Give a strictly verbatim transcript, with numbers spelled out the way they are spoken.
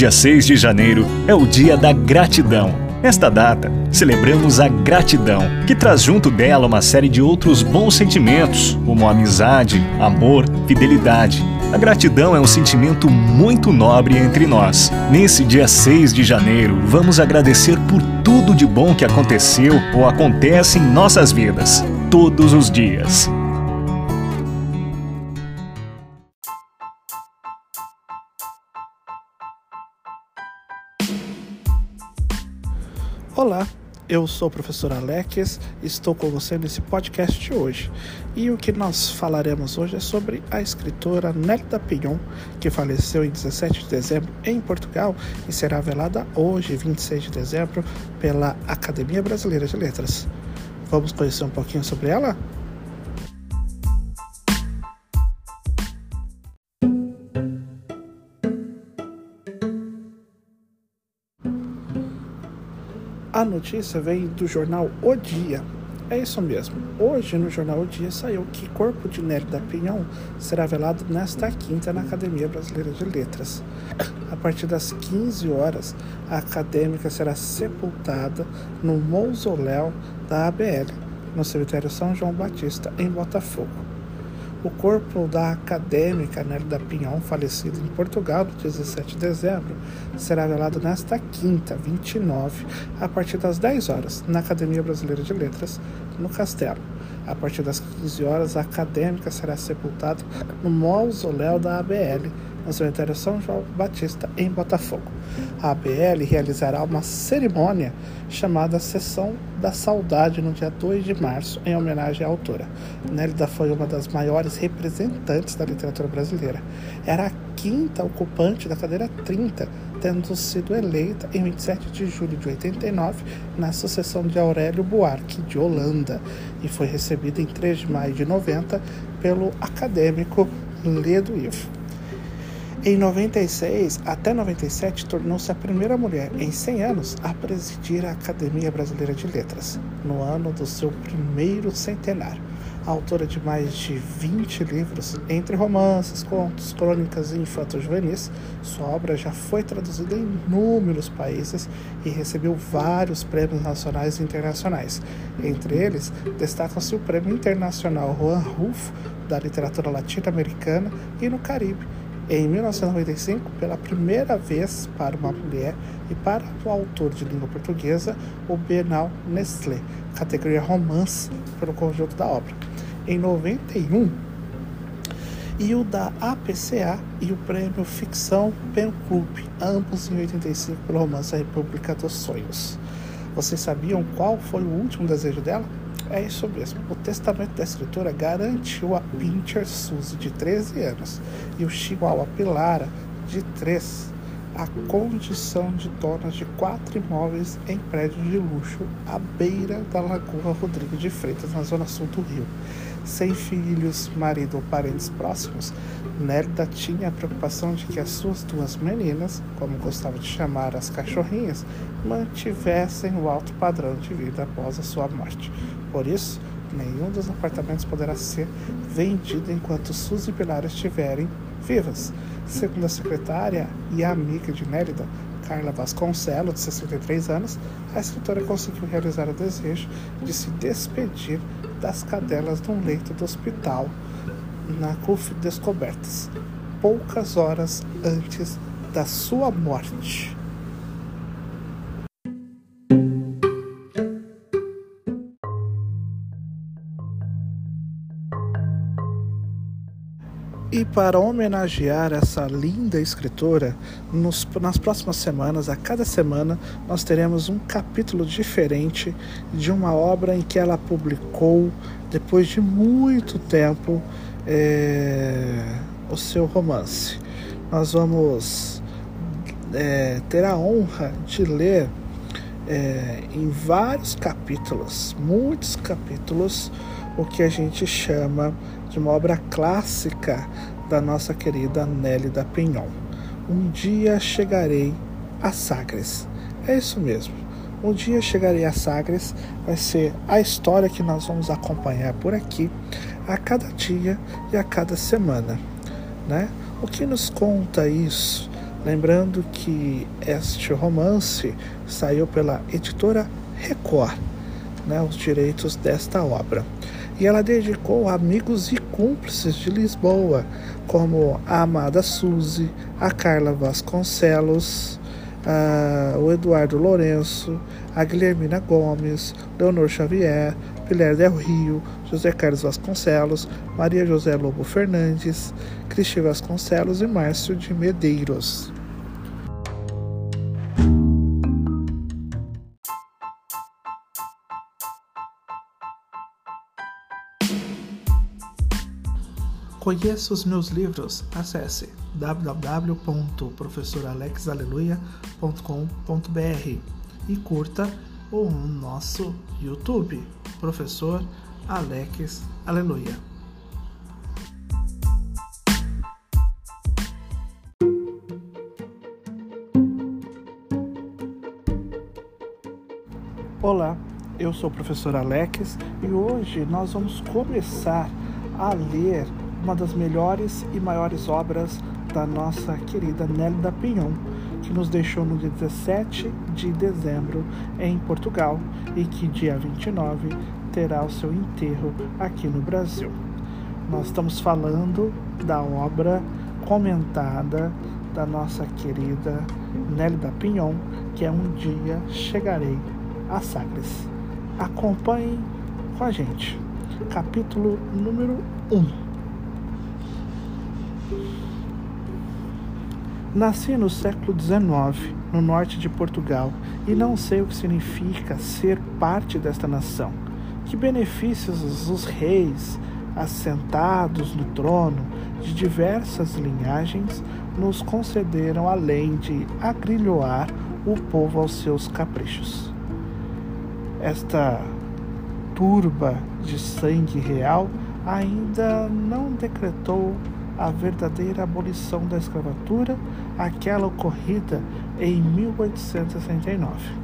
dia seis de janeiro é o Dia da Gratidão. Nesta data, celebramos a gratidão, que traz junto dela uma série de outros bons sentimentos, como amizade, amor, fidelidade. A gratidão é um sentimento muito nobre entre nós. Nesse dia seis de janeiro, vamos agradecer por tudo de bom que aconteceu ou acontece em nossas vidas, todos os dias. Olá, eu sou o professor Alex e estou com você nesse podcast de hoje. E o que nós falaremos hoje é sobre a escritora Nélida Pinhon, que faleceu em dezessete de dezembro em Portugal e será velada hoje, vinte e seis de dezembro, pela Academia Brasileira de Letras. Vamos conhecer um pouquinho sobre ela? A notícia vem do jornal O Dia. É isso mesmo. Hoje no jornal O Dia saiu que o corpo de Nélida Pinhon será velado nesta quinta na Academia Brasileira de Letras. A partir das quinze horas, a acadêmica será sepultada no mausoléu da A B L, no cemitério São João Batista, em Botafogo. O corpo da acadêmica Nélida Pinhon, falecida em Portugal no dezessete de dezembro, será velado nesta quinta, vinte e nove, a partir das dez horas, na Academia Brasileira de Letras, no Castelo. A partir das quinze horas, a acadêmica será sepultada no mausoléu da A B L, no cemitério São João Batista, em Botafogo. A A B L realizará uma cerimônia chamada Sessão da Saudade no dia dois de março, em homenagem à autora. Nélida foi uma das maiores representantes da literatura brasileira. Era a quinta ocupante da cadeira trinta, tendo sido eleita em vinte e sete de julho de oitenta e nove na sucessão de Aurélio Buarque de Holanda e foi recebida em três de maio de noventa pelo acadêmico Ledo Ivo. Em noventa e seis até noventa e sete, tornou-se a primeira mulher em cem anos a presidir a Academia Brasileira de Letras, no ano do seu primeiro centenário. Autora de mais de vinte livros, entre romances, contos, crônicas e infanto-juvenis, sua obra já foi traduzida em inúmeros países e recebeu vários prêmios nacionais e internacionais. Entre eles, destacam-se o Prêmio Internacional Juan Rulfo, da literatura latino-americana e no Caribe, em mil novecentos e noventa e cinco, pela primeira vez para uma mulher e para o autor de língua portuguesa, o Bienal Nestlé, categoria romance, pelo conjunto da obra. Em noventa e um, e o da A P C A e o prêmio Ficção Pen Club, ambos em oitenta e cinco pelo romance A República dos Sonhos. Vocês sabiam qual foi o último desejo dela? É isso mesmo. O testamento da escritora garantiu a Pincher Suzy, de treze anos, e o Chihuahua Pilara, de três, a condição de donas de quatro imóveis em prédios de luxo à beira da Lagoa Rodrigo de Freitas, na zona sul do Rio. Sem filhos, marido ou parentes próximos, Nélida tinha a preocupação de que as suas duas meninas, como gostava de chamar as cachorrinhas, mantivessem o alto padrão de vida após a sua morte. Por isso, nenhum dos apartamentos poderá ser vendido enquanto Suzy e Pilar estiverem vivas. Segundo a secretária e amiga de Nélida, Carla Vasconcelos, de sessenta e três anos, a escritora conseguiu realizar o desejo de se despedir das cadelas num leito do hospital na C U F Descobertas, poucas horas antes da sua morte. E para homenagear essa linda escritora, nos, nas próximas semanas, a cada semana, nós teremos um capítulo diferente de uma obra em que ela publicou, depois de muito tempo, é, o seu romance. Nós vamos é, ter a honra de ler é, em vários capítulos, muitos capítulos, o que a gente chama de uma obra clássica da nossa querida Nélida Pinhon. Um dia chegarei a Sagres. É isso mesmo. Um dia chegarei a Sagres vai ser a história que nós vamos acompanhar por aqui a cada dia e a cada semana, né? O que nos conta isso? Lembrando que este romance saiu pela editora Record, né, os direitos desta obra. E ela dedicou a amigos e cúmplices de Lisboa, como a amada Suzy, a Carla Vasconcelos, a, o Eduardo Lourenço, a Guilhermina Gomes, Leonor Xavier, Pilar del Rio, José Carlos Vasconcelos, Maria José Lobo Fernandes, Cristi Vasconcelos e Márcio de Medeiros. Conheça os meus livros, acesse w w w ponto professor alex aleluia ponto com ponto b r e curta o nosso YouTube, Professor Alex Aleluia. Olá, eu sou o Professor Alex e hoje nós vamos começar a ler uma das melhores e maiores obras da nossa querida Nélida Pinhon, que nos deixou no dia dezessete de dezembro em Portugal e que dia vinte e nove terá o seu enterro aqui no Brasil. Nós estamos falando da obra comentada da nossa querida Nélida Pinhon, que é Um Dia Chegarei a Sagres. Acompanhem com a gente. Capítulo número um. Nasci no século dezenove, no norte de Portugal, e não sei o que significa ser parte desta nação. Que benefícios os reis, assentados no trono de diversas linhagens, nos concederam além de agrilhoar o povo aos seus caprichos. Esta turba de sangue real ainda não decretou a verdadeira abolição da escravatura, aquela ocorrida em mil oitocentos e sessenta e nove.